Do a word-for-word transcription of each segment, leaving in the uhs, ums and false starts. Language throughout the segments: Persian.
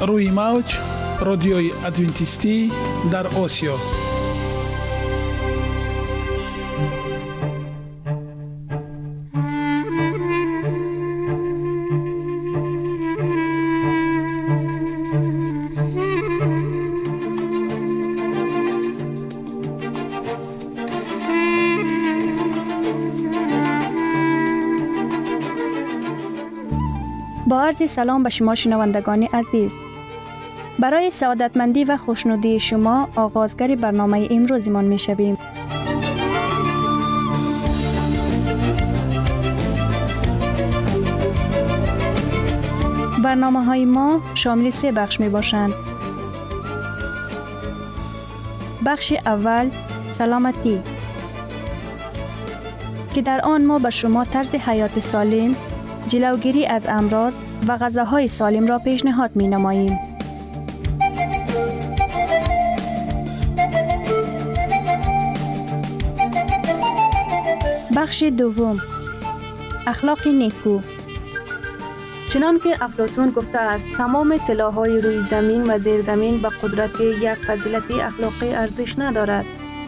روی موج رادیوی ادوینتیستی در آسیا. با عرض سلام به شما شنوندگان عزیز. برای سعادتمندی و خوشنودی شما آغازگر برنامه امروزمان می شویم. برنامه های ما شامل سه بخش می باشند. بخش اول سلامتی که در آن ما به شما طرز حیات سالم، جلوگیری از امراض و غذاهای سالم را پیشنهاد می نماییم. بخش دوم اخلاق نیکو. چنان که افلاطون گفته است تمام طلاهای روی زمین و زیر زمین به قدرت یک فضیلت اخلاقی ارزش ندارد.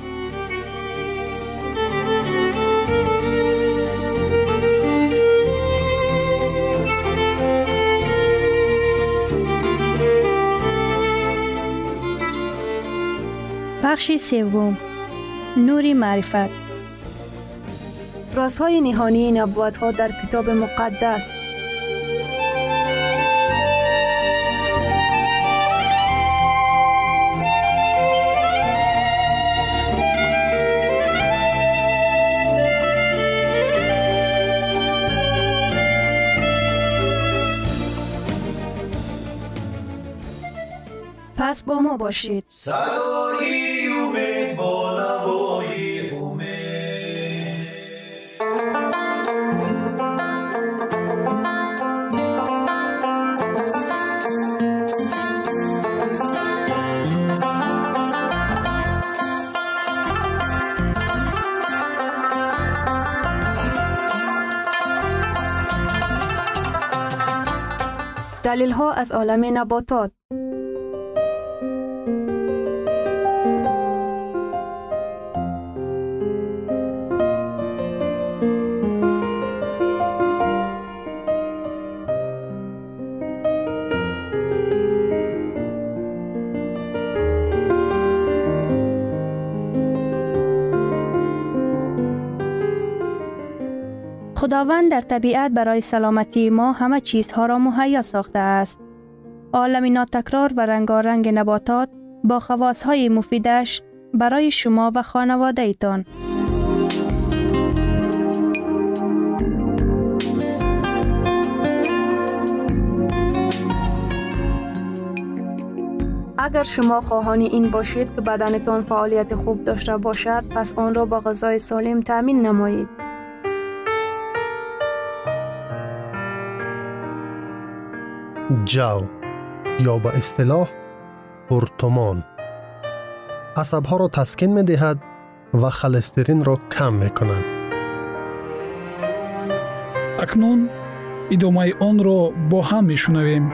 بخش سوم نور معرفت. رازهای نهانی نبوت‌ها در کتاب مقدس. پس با ما باشید. صدای امید با نوای امید. دلیل ها از عالم نباتات. خداوند در طبیعت برای سلامتی ما همه چیزها را مهیا ساخته است. عالم ناتکرار و رنگارنگ نباتات با خواصهای مفیدش برای شما و خانواده ایتان. اگر شما خواهان این باشید که بدنتان فعالیت خوب داشته باشد، پس آن را با غذای سالم تامین نمایید. جو یا به اصطلاح هورمون عصب‌ها را تسکین می‌دهد و خلسترین را کم می‌کند. اکنون ادامه آن را با هم می‌شنویم.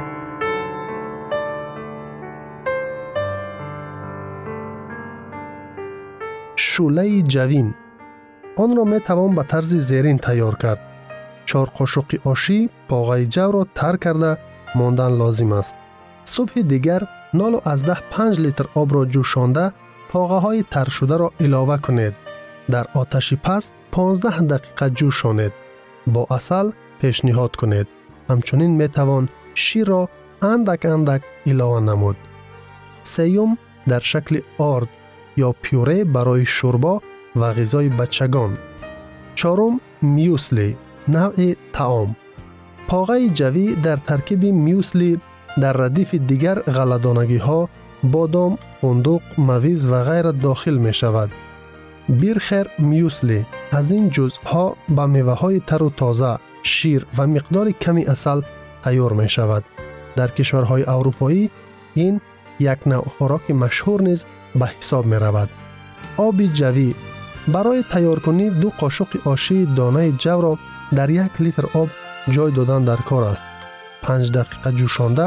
شوله جوین آن را می‌توان به طرز زیرین تیار کرد. چهار قاشق آشی پاغه جو را تر کرده ماندن لازم است. صبح دیگر نال و از ده پنج لیتر آب را جوشانده پاغه های تر شده را علاوه کنید. در آتش پست پانزده دقیقه جوشانید. با عسل پیشنهاد کنید. همچنین می توان شیر را اندک اندک علاوه نمود. سیوم در شکل آرد یا پیوره برای شوربا و غذای بچگان. چهارم میوسلی نوع طعام. پاغه جوی در ترکیب میوسلی در ردیف دیگر غله‌دانگی ها، بادام، فندق، مویز و غیره داخل می شود. بیرخر میوسلی از این جزءها با میوه های تر و تازه، شیر و مقدار کمی عسل تیار می شود. در کشورهای اروپایی این یک نوع خوراک مشهور نیز به حساب می رود. آب جوی برای تیار کنی دو قاشق آشی دانه جو را در یک لیتر آب جای دادن در کار است. پنج دقیقه جوشانده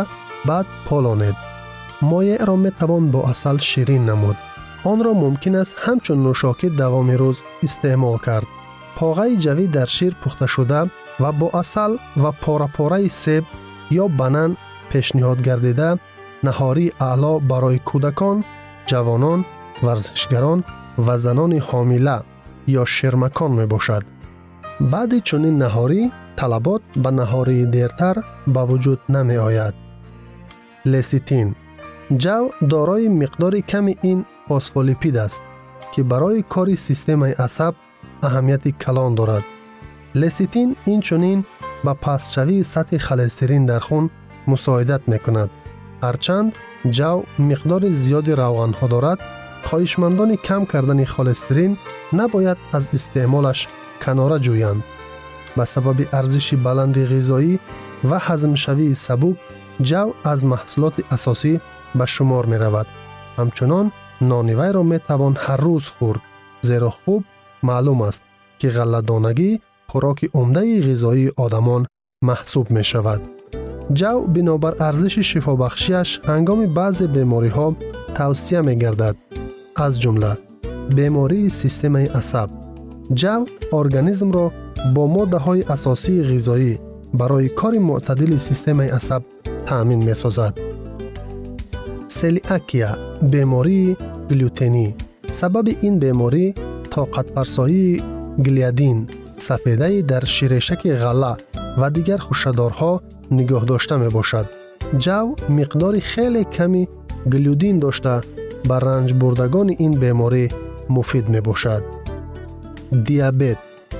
بعد پالانید. مایع را می توان با عسل شیرین نمود. آن را ممکن است همچون نوشاکی دوام روز استعمال کرد. پاغه جوی در شیر پخته شده و با عسل و پاره پاره سیب یا بنان پیشنهاد گردیده نهاری اعلا برای کودکان، جوانان، ورزشگران و زنان حامله یا شیرمکان می باشد. بعد چنین نهاری طلبات به نهاری دیرتر به وجود نمی آید. لسیتین جو دارای مقدار کمی این فسفولیپید است که برای کار سیستم عصب اهمیت کلان دارد. لسیتین این چنین به پست‌شوی سطح خلسترین در خون مساعدت می کند. هرچند جو مقدار زیاد روغن ها دارد، خواهشمندان کم کردن خلسترین نباید از استعمالش کناره جویند. به سبب ارزش بلند غذایی و هضم شوی سبک، جو از محصولات اساسی به شمار می رود. همچنان نانوای را می توان هر روز خورد، زیرا خوب معلوم است که غله‌دانگی خوراک عمده غذایی آدمان محسوب می شود. جو بنابر ارزش شفابخشیش هنگام بعض بیماری ها توصیه می گردد، از جمله بیماری سیستم عصب. جو ارگانیسم را با ماده های اساسی غذایی برای کار معتدل سیستم عصب تأمین می سازد. سلیاکیا، بیماری گلوتنی. سبب این بیماری طاقت فرسایی گلیادین، سفیده در شیرشک غله و دیگر خوشه‌دارها نگاه داشته می باشد. جو مقدار خیلی کمی گلیودین داشته بر رنج بردگان این بیماری مفید می باشد. دیابت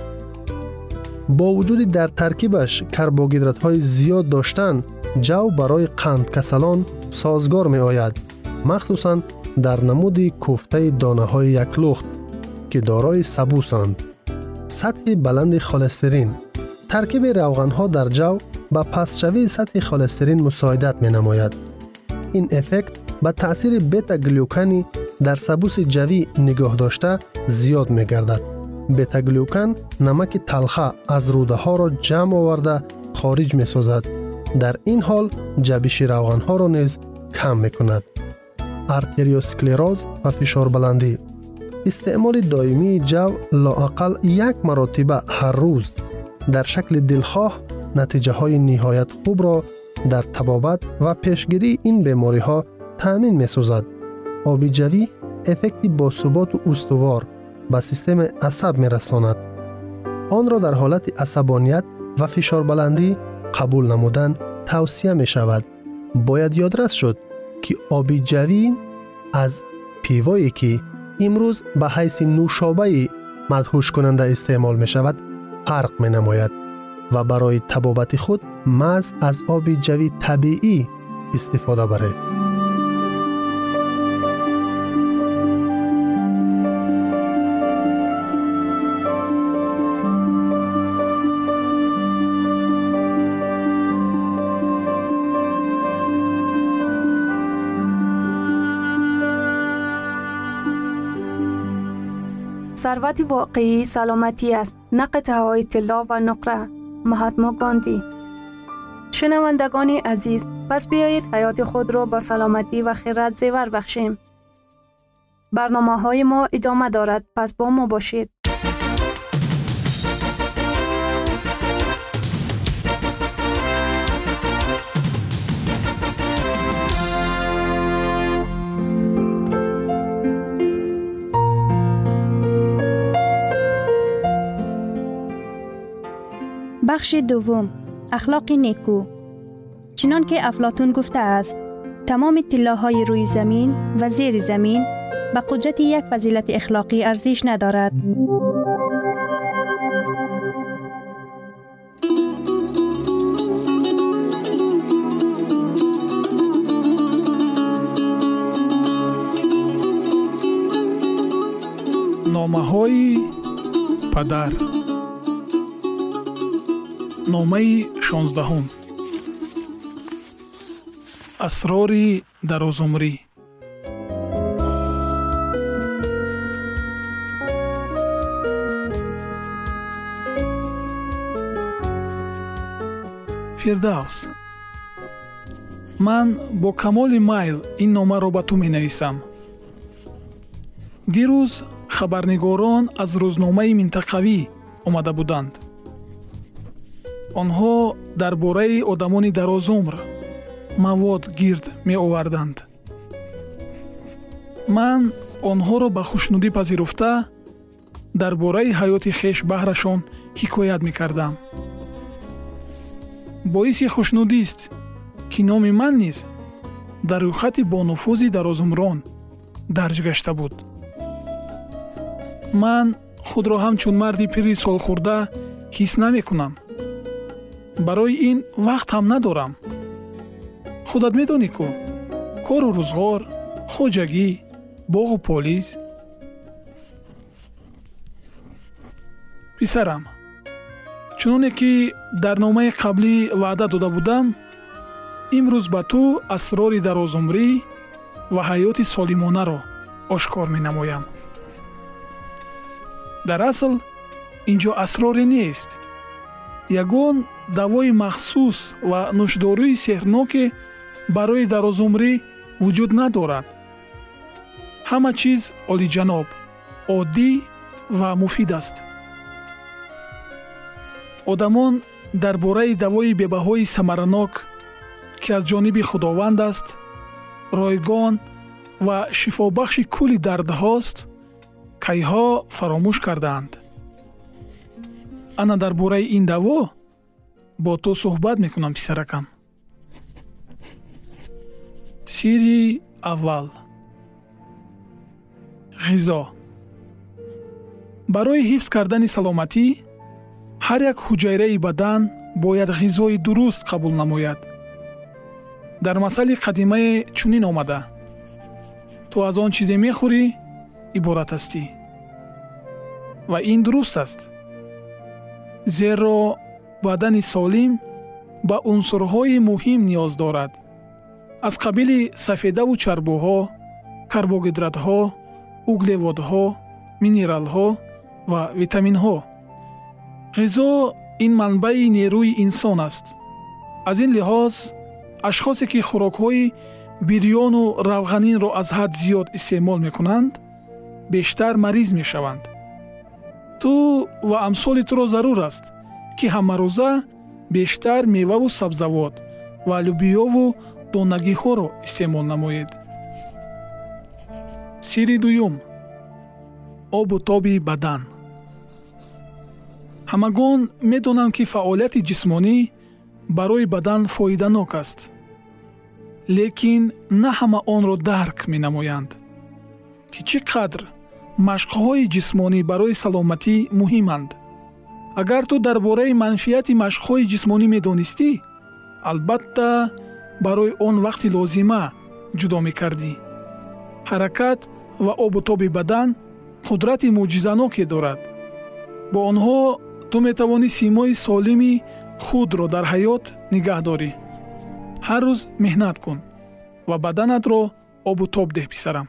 با وجود در ترکیبش کربوهیدرات های زیاد داشتن، جو برای قند کسلان سازگار می آید، مخصوصاً در نمود کوفته دانه های یک لخت که دارای سبوسند. سطح بلند خلسترین. ترکیب روغن ها در جو با پست‌شوی سطح خلسترین مساعدت می نماید. این افکت با تأثیر بیتا گلوکانی در سبوس جوی نگاه داشته زیاد می گردد. بیتا گلوکان نمک تلخه از روده ها را جمع آورده خارج می سازد. در این حال جبش روغن ها را نیز کم می کند. ارتریوسکلروز و فشار بلندی. استعمال دائمی جو لااقل یک مرتبه هر روز در شکل دلخواه نتیجه های نهایت خوب را در طبابت و پیشگیری این بیماری ها تأمین می سازد. آب جوی افکتی با ثبات و استوار به سیستم عصب می رساند. آن را در حالت عصبانیت و فشار بلندی قبول نمودن توصیه می شود. باید یادرس شد که آب جوی از پیوایی که امروز به حیث نوشابه مدهوش کننده استعمال می شود فرق می نماید و برای طبابت خود محض از آب جوی طبیعی استفاده برید. ثروت واقعی سلامتی است، نه قطعه‌های طلا و نقره. مهاتما گاندی. شنوندگان عزیز، پس بیایید حیات خود را با سلامتی و خیرات زیور بخشیم. برنامه‌های ما ادامه دارد، پس با ما باشید. بخش دوم، اخلاق نیکو. چنان که افلاطون گفته است، تمام طلاهای روی زمین و زیر زمین به قدرت یک فضیلت اخلاقی ارزش ندارد. نامه‌های پدر. نامه شانزدهم. اسرار درازعمری. فردوس. ман бо камоли майл ин номаро ба ту менависам. дирӯз хабарнигорон аз рӯзномаи минтақавӣ омада буданд. онҳо дар бораи одамони дарозумр мавод гирд меоварданд. ман онҳоро ба хушнудӣ пазируфта дар бораи ҳаёти хеш баҳрашон ҳикоят мекардам. боиси хушнудист ки номи ман низ дар рӯйхати бонуфузи дарозумрон дарҷ гашта буд. ман худро ҳамчун марди пири солхӯрда ҳис намекунам. барои ин вақт ҳам надорам. худат медонӣ ку, кору рӯзғор, хоҷагӣ, боғу полис. писарам, чуноне ки дар номаи қаблӣ ваъда дода будам, имрӯз ба ту асрори дарозумрӣ ва ҳаёти солимонаро ошкор менамоям. дар асл инҷо асроре нест. ягон давои махсус ва нӯшдории сеҳрноке барои дарозумрӣ вуҷуд надорад. ҳама чиз олиҷаноб, оддӣ ва муфид аст. одамон дар бораи давои бебаҳои самаранок ки аз ҷониби худованд аст, ройгон ва шифобахши кулли дардҳост, кайҳо фаромӯш кардаанд. ана дар бораи ин даво бо ту суҳбат мекунам, писаракам. сирри аввал. ғизо. барои ҳифз кардани саломатӣ ҳар як ҳуҷайраи бадан бояд ғизои дуруст қабул намояд. дар масали қадимае чунин омада: ту аз он чизе мехӯрӣ иборат ҳастӣ. ва ин дуруст аст, зеро бадани солим ба унсурҳои муҳим ниёз дорад, аз қабили сафедаву чарбуҳо, карбогидратҳо, углеводҳо, минералҳо ва витаминҳо. ғизо ин манбаи нерӯи инсон аст. аз ин лиҳоз ашхосе ки хӯрокҳои бирёну равғанинро аз ҳад зиёд истеъмол мекунанд, бештар мариз мешаванд. ту ва амсоли туро зарур аст ки ҳамарӯза бештар меваву сабзавот ва лӯбиёву донагиҳоро истеъмол намоед. сирри дуюм. обу тоби бадан. ҳамагон медонанд ки фаъолияти ҷисмонӣ барои бадан фоиданок аст, лекин на ҳама онро дарк менамоянд ки чӣ қадр машқҳои ҷисмонӣ барои саломатӣ муҳиманд. агар ту дар бораи манфиати машқҳои ҷисмонӣ медонистӣ, албатта барои он вақти лозима ҷудо мекардӣ. ҳаракат ва обутоби бадан қудрати мӯъҷизаноке дорад. бо онҳо ту метавонӣ симои солими худро дар ҳаёт нигаҳ дорӣ. ҳар рӯз меҳнат кун ва баданатро обутоб деҳ, писарам.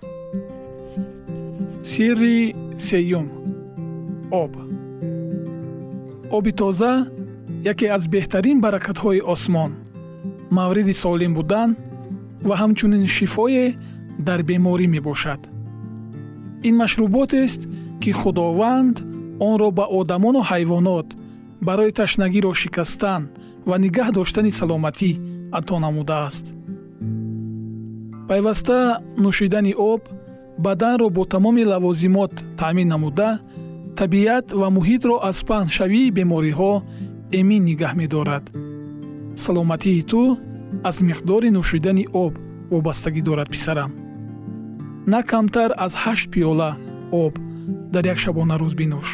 сирри сеюм. об. оби тоза яке аз беҳтарин баракатҳои осмон, мавриди солим будан ва ҳамчунин шифое дар беморӣ мебошад. ин машруботест ки худованд онро ба одамону ҳайвонот барои ташнагиро шикастан ва нигаҳ доштани саломатӣ ато намудааст. пайваста нӯшидани об баданро бо тамоми лавозимот таъмин намуда, табиат ва муҳитро аз паҳншавии бемориҳо эмин нигаҳ медорад. саломатии ту аз миқдори нӯшидани об вобастагӣ дорад, писарам. на камтар аз ҳашт пиёла об дар як шабона рӯз бинӯш.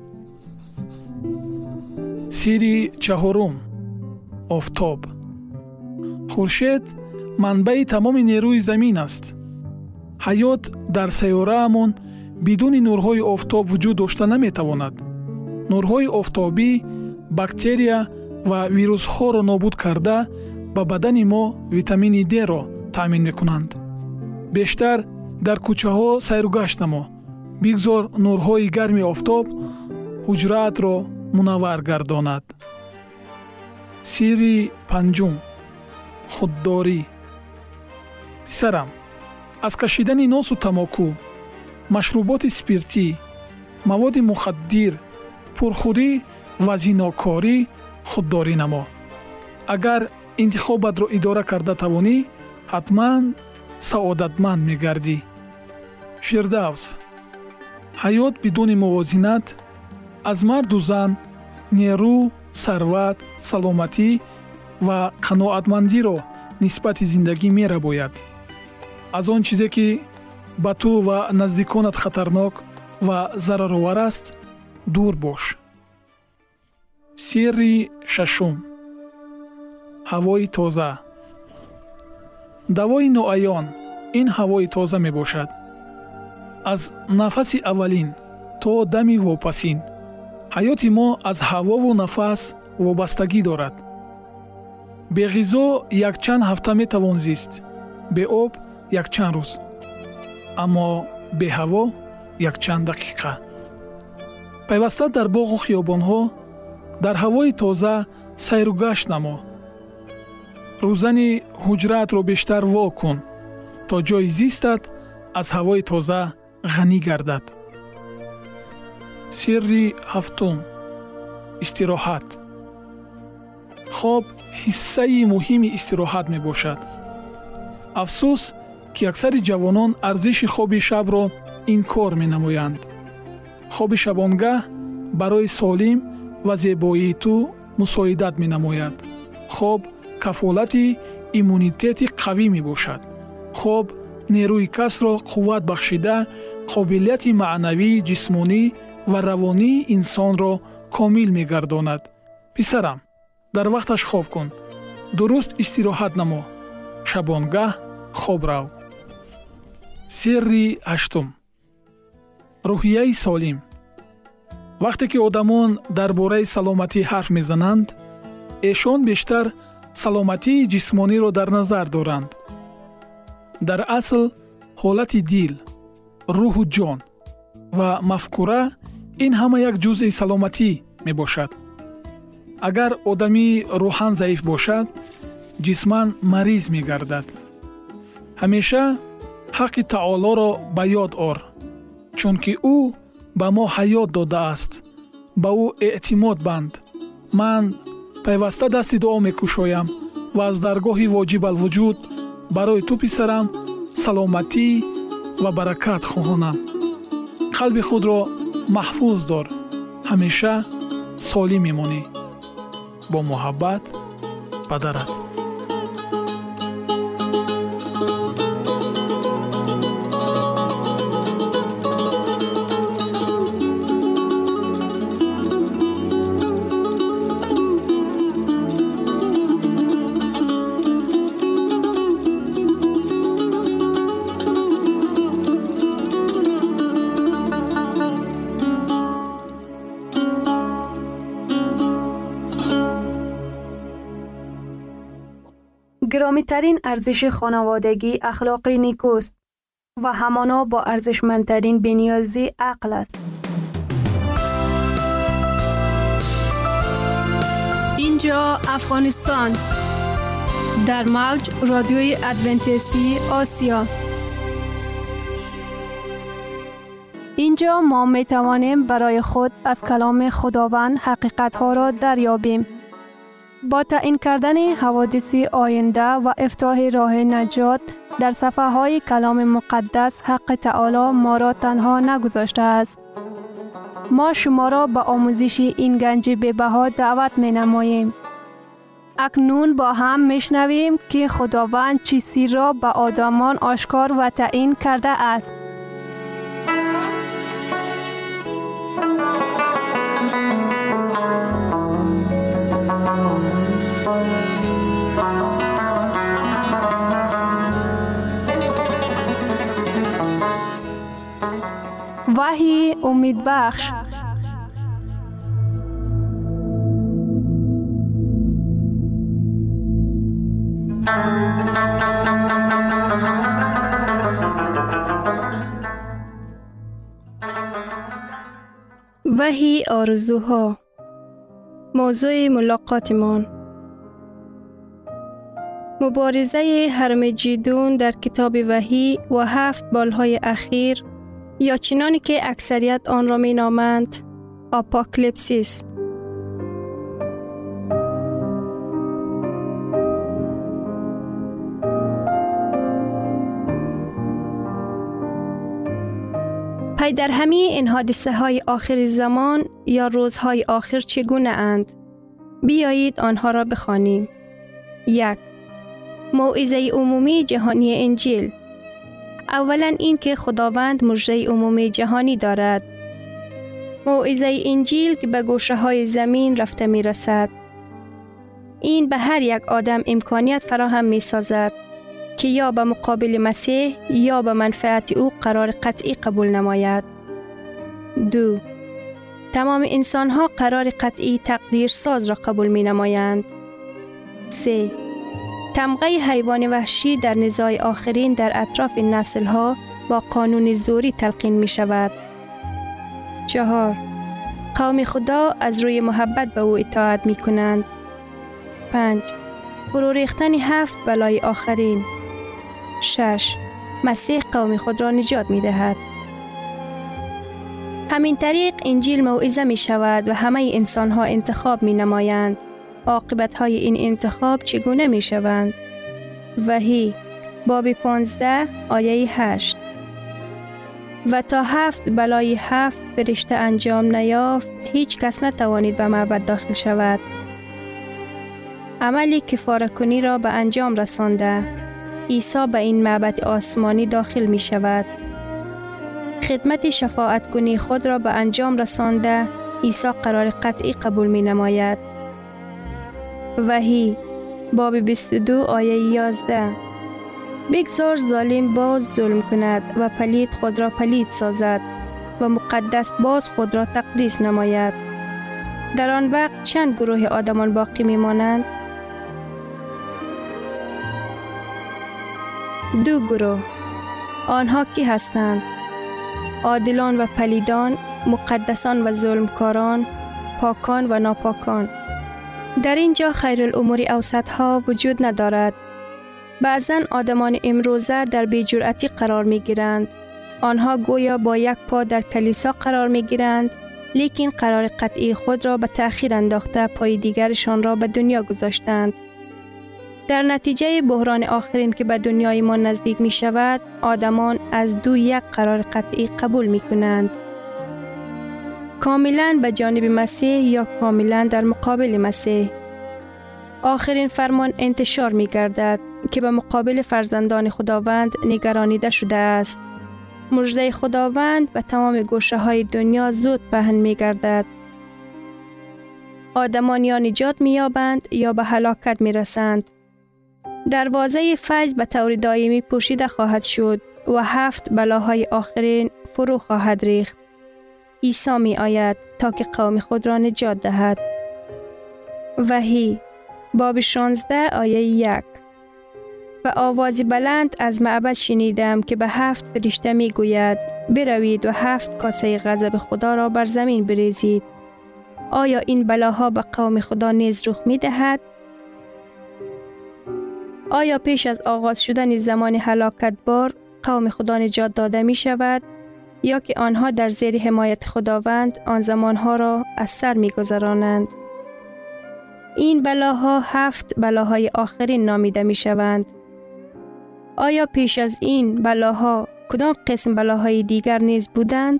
сирри чаҳорум. офтоб. хуршед манбаи тамоми нерӯи замин аст. ҳаёт дар сайёраамон бидуни нурҳои офтоб вуҷуд дошта наметавонад. нурҳои офтобӣ бактерия ва вирусҳоро нобуд карда ба бадани мо витамини Д-ро таъмин мекунанд. бештар дар кӯчаҳо сайругашт намо. бигзор нурҳои гарми офтоб ҳуҷраатро мунаввар гардонад. сирри панҷум. худдорӣ. پسرم، از کشیدن نوس و تماکو، مشروبات سپیرتی، مواد مخدر، پرخوری و زیناکاری خودداری نما. اگر انتخابت را اداره کرده توانی، حتما سعادتمند می‌گردی. فردوس: حیات بدون موازنت از مرد و زن نیرو، ثروت، سلامتی و قناعتمندی را نسبت زندگی می‌رباید. از آن چیزی که به تو و نزدیکانت خطرناک و ضررآور است دور باش. سری ششم: هوای تازه. دوای نوعیان این هوای تازه می باشد. از نفس اولین تا دمی واپسین حیات ما از هوا و نفس وابستگی دارد. به غذا یک چند هفته می توان زیست، به آب یک چند روز، اما به هوا یک چند دقیقه. پیوسته در باغ و خیابان‌ها در هوای تازه سیر و گشت نما. روزن حجرت را بیشتر وا کن تا جای زیستت از هوای تازه غنی گردد. سری هفتم: استراحت. خواب حصه مهم استراحت می باشد. افسوس که اکثر جوانان ارزش خواب شب را انکار می نمایند. خواب شبانگاه برای سالم و زیبایی تو مساعدت می نماید. خواب کفالت ایمونیتت قوی می باشد. خواب نیروی کس را قوت بخشیده قابلیت معنوی، جسمانی و روانی انسان را کامل می گرداند. پسرم، در وقتش خواب کن. درست استراحت نما. شبانگاه خواب رو. سری هشتم: روحیه سالم. وقتی که آدمان درباره سلامتی حرف میزنند، ایشان بیشتر سلامتی جسمانی را در نظر دارند. در اصل حالت دل، روح و جان و مفکوره این همه یک جزء سلامتی می باشد. اگر آدمی روحاً ضعیف باشد، جسماً مریض می گردد. همیشه حق تعالی را به یاد آر، چون که او به ما حیات داده است. به او اعتماد بند. من پیوسته دست دعا می کشایم و از درگاه واجب الوجود برای تو پسرم سلامتی و برکت خواهانم. قلب خود را محفوظ دار. همیشه سالم میمانی. با محبت، پدرت. گرامی‌ترین ارزش خانوادگی اخلاق نیکوست و همانا با ارزشمندترین بی‌نیازی عقل است. اینجا افغانستان در موج رادیوی ادونتیستی آسیا. اینجا ما می توانیم برای خود از کلام خداوند حقیقت‌ها را دریابیم. با تعیین کردن حوادث آینده و افتتاح راه نجات در صفحه های کلام مقدس، حق تعالی ما را تنها نگذاشته است. ما شما را به آموزش این گنج بی‌بها دعوت می نماییم. اکنون با هم می شنویم که خداوند چه سر را به آدمان آشکار و تعیین کرده است. وحی امید بخش. وحی آرزوها. موضوع ملاقاتمان: مبارزه هرمجدون در کتاب وحی و هفت بالهای اخیر یا چنانی که اکثریت آن را می نامند آپوکلیپسیس. پی در همه این حادثه های آخر زمان یا روزهای آخر چگونه اند؟ بیایید آنها را بخوانیم. یک. موعظه عمومی جهانی انجیل. اولا این که خداوند مژده عمومی جهانی دارد. موعظه انجیل که به گوشه های زمین رفته می رسد. این به هر یک آدم امکانیت فراهم می سازد که یا به مقابل مسیح یا به منفعت او قرار قطعی قبول نماید. دو. تمام انسان ها قرار قطعی تقدیر ساز را قبول می نمایند. سه. تمغه حیوان وحشی در نزاع آخرین در اطراف نسل ها با قانون زوری تلقین می شود. چهار. قوم خدا از روی محبت به او اطاعت می کنند. پنج. فرو ریختن هفت بلای آخرین. شش. مسیح قوم خود را نجات می دهد. همین طریق انجیل موعظه می شود و همه انسان ها انتخاب می نمایند. عاقبت های این انتخاب چگونه می شوند؟ وحی باب پانزده آیه هشت. و تا هفت بلای هفت فرشته انجام نیافت هیچ کس نتوانید به معبد داخل شود. عملی کفاره کنی را به انجام رسانده عیسی به این معبد آسمانی داخل می شود. خدمت شفاعت کنی خود را به انجام رسانده عیسی قرار قطعی قبول می نماید. وحی باب بیست و دو آیه یازده. بگذار ظالم باز ظلم کند و پلید خود را پلید سازد و مقدس باز خود را تقدیس نماید. در آن وقت چند گروه آدمان باقی می مانند؟ دو گروه. آنها کی هستند؟ عادلان و پلیدان، مقدسان و ظلمکاران، پاکان و ناپاکان. در اینجا خیرالامور اوسط ها وجود ندارد. بعضن آدمان امروزه در بی‌جرأتی قرار می گیرند. آنها گویا با یک پا در کلیسا قرار می گیرند، لیکن قرار قطعی خود را به تأخیر انداخته پای دیگرشان را به دنیا گذاشتند. در نتیجه بحران آخرین که به دنیای ما نزدیک می شود، آدمان از دو یک قرار قطعی قبول می کنند. کاملا به جانب مسیح یا کاملا در مقابل مسیح. آخرین فرمان انتشار می گردد که به مقابل فرزندان خداوند نگرانیده شده است. مژده خداوند به تمام گوشه های دنیا زود پهن می گردد. آدمان یا نجات می یابند یا به هلاکت می رسند. دروازه فیض به طور دائمی پوشیده خواهد شد و هفت بلاهای آخرین فرو خواهد ریخت. عیسی می آید تا که قوم خود را نجات دهد. وحی باب شانزده آیه یک. و آوازی بلند از معبد شنیدم که به هفت فرشته می گوید بروید و هفت کاسه غضب خدا را بر زمین بریزید. آیا این بلاها به قوم خدا نیز رخ می دهد؟ آیا پیش از آغاز شدن زمان هلاکت بار قوم خدا نجات داده می شود یا که آنها در زیر حمایت خداوند آن زمانها را از سر می گذرانند؟ این بلاها هفت بلاهای آخرین نامیده می شوند. آیا پیش از این بلاها کدام قسم بلاهای دیگر نیز بودند؟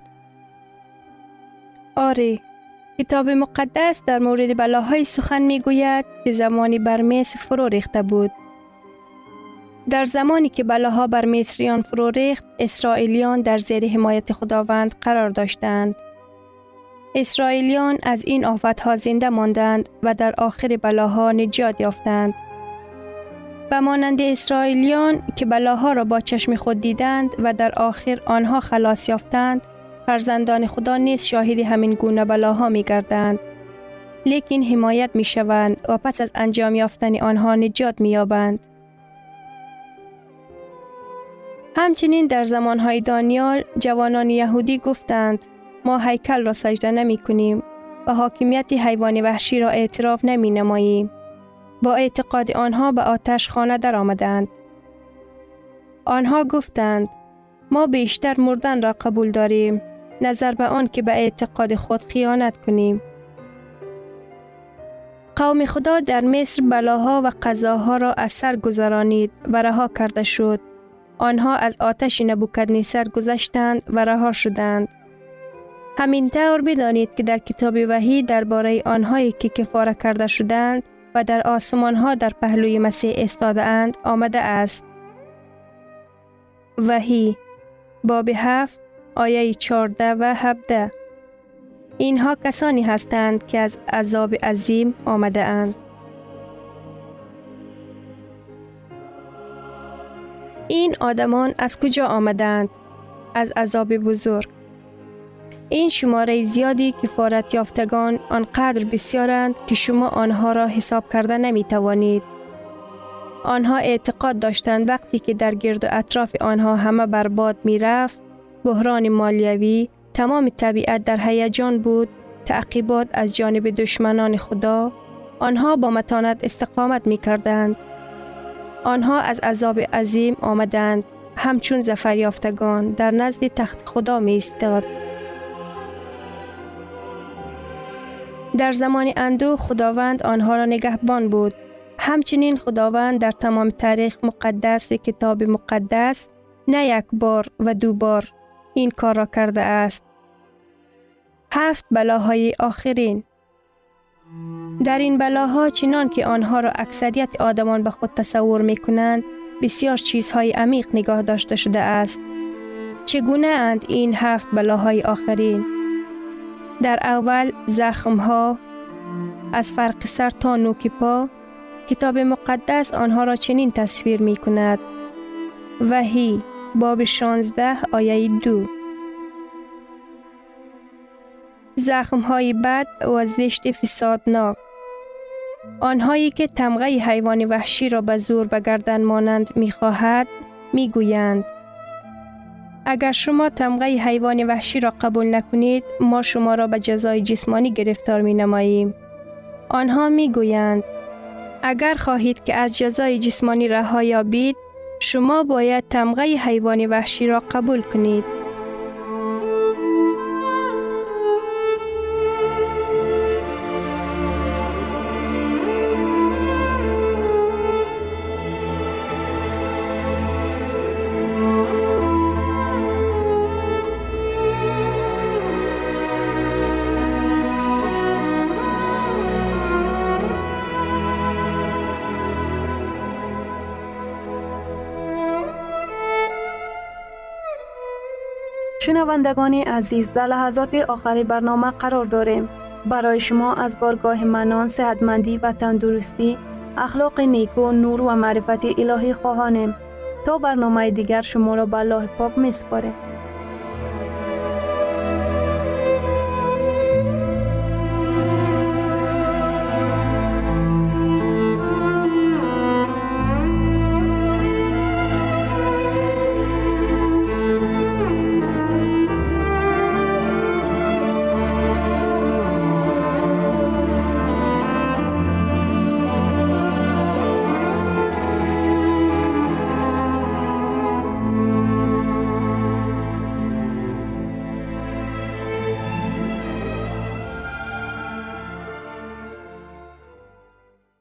آری، کتاب مقدس در مورد بلاهای سخن می گوید که زمانی بر مصر فرو ریخته بود. در زمانی که بلاها بر مصریان فرو ریخت، اسرائیلیان در زیر حمایت خداوند قرار داشتند. اسرائیلیان از این آفتها زنده ماندند و در آخر بلاها نجات یافتند. به مانند اسرائیلیان که بلاها را با چشم خود دیدند و در آخر آنها خلاص یافتند، فرزندان خدا نیز شاهد همین گونه بلاها می گردند. لیکن حمایت می شوند و پس از انجام یافتن آنها نجات می یابند. همچنین در زمانهای دانیال جوانان یهودی گفتند ما هیکل را سجده نمی کنیم و حاکمیت حیوان وحشی را اعتراف نمی نماییم. با اعتقاد آنها به آتش خانه در آمدند. آنها گفتند ما بیشتر مردن را قبول داریم نظر به آن که به اعتقاد خود خیانت کنیم. قوم خدا در مصر بلاها و قضاها را از سر گذرانید و رها کرده شد. آنها از آتش نبوکدنصر گذشتند و رها شدند. همین طور بدانید که در کتاب وحی درباره آنهایی که کفاره کرده شدند و در آسمان ها در پهلوی مسیح ایستاده اند آمده است. وحی باب هفت آیه چهارده و هفده. اینها کسانی هستند که از عذاب عظیم آمده اند. این آدمان از کجا آمدند؟ از عذاب بزرگ. این شماره زیادی کفارت یافتگان آنقدر بسیارند که شما آنها را حساب کرده نمی توانید. آنها اعتقاد داشتند وقتی که در گرد و اطراف آنها همه برباد می رفت، بحران مالیوی، تمام طبیعت در هیجان بود، تعقیبات از جانب دشمنان خدا، آنها با متانت استقامت می کردند. آنها از عذاب عظیم آمدند، همچون ظفر یافتگان در نزد تخت خدا می ایستاد. در زمان اندوه خداوند آنها را نگهبان بود. همچنین خداوند در تمام تاریخ مقدس کتاب مقدس نه یک بار و دو بار این کار را کرده است. هفت بلاهای آخرین. در این بلاها چنان که آنها را اکثریت آدمان به خود تصور می کنند بسیار چیزهای عمیق نگاه داشته شده است. چگونه اند این هفت بلاهای آخرین؟ در اول زخمها از فرق سر تا نوک پا. کتاب مقدس آنها را چنین تصویر می کند. وحی باب شانزده آیه دو. زخمهای بد و زشت فسادناک. آنهایی که تمغه حیوان وحشی را به زور به گردن مانند می خواهد می گویند اگر شما تمغه حیوان وحشی را قبول نکنید ما شما را به جزای جسمانی گرفتار می نماییم. آنها می گویند اگر خواهید که از جزای جسمانی رها یابید شما باید تمغه حیوان وحشی را قبول کنید. شنوندگان عزیز، در لحظات آخری برنامه قرار داریم. برای شما از بارگاه منان، صحتمندی و تندرستی، اخلاق نیکو، نور و معرفت الهی خواهانیم. تا برنامه دیگر شما را به الله پاک می‌سپاریم.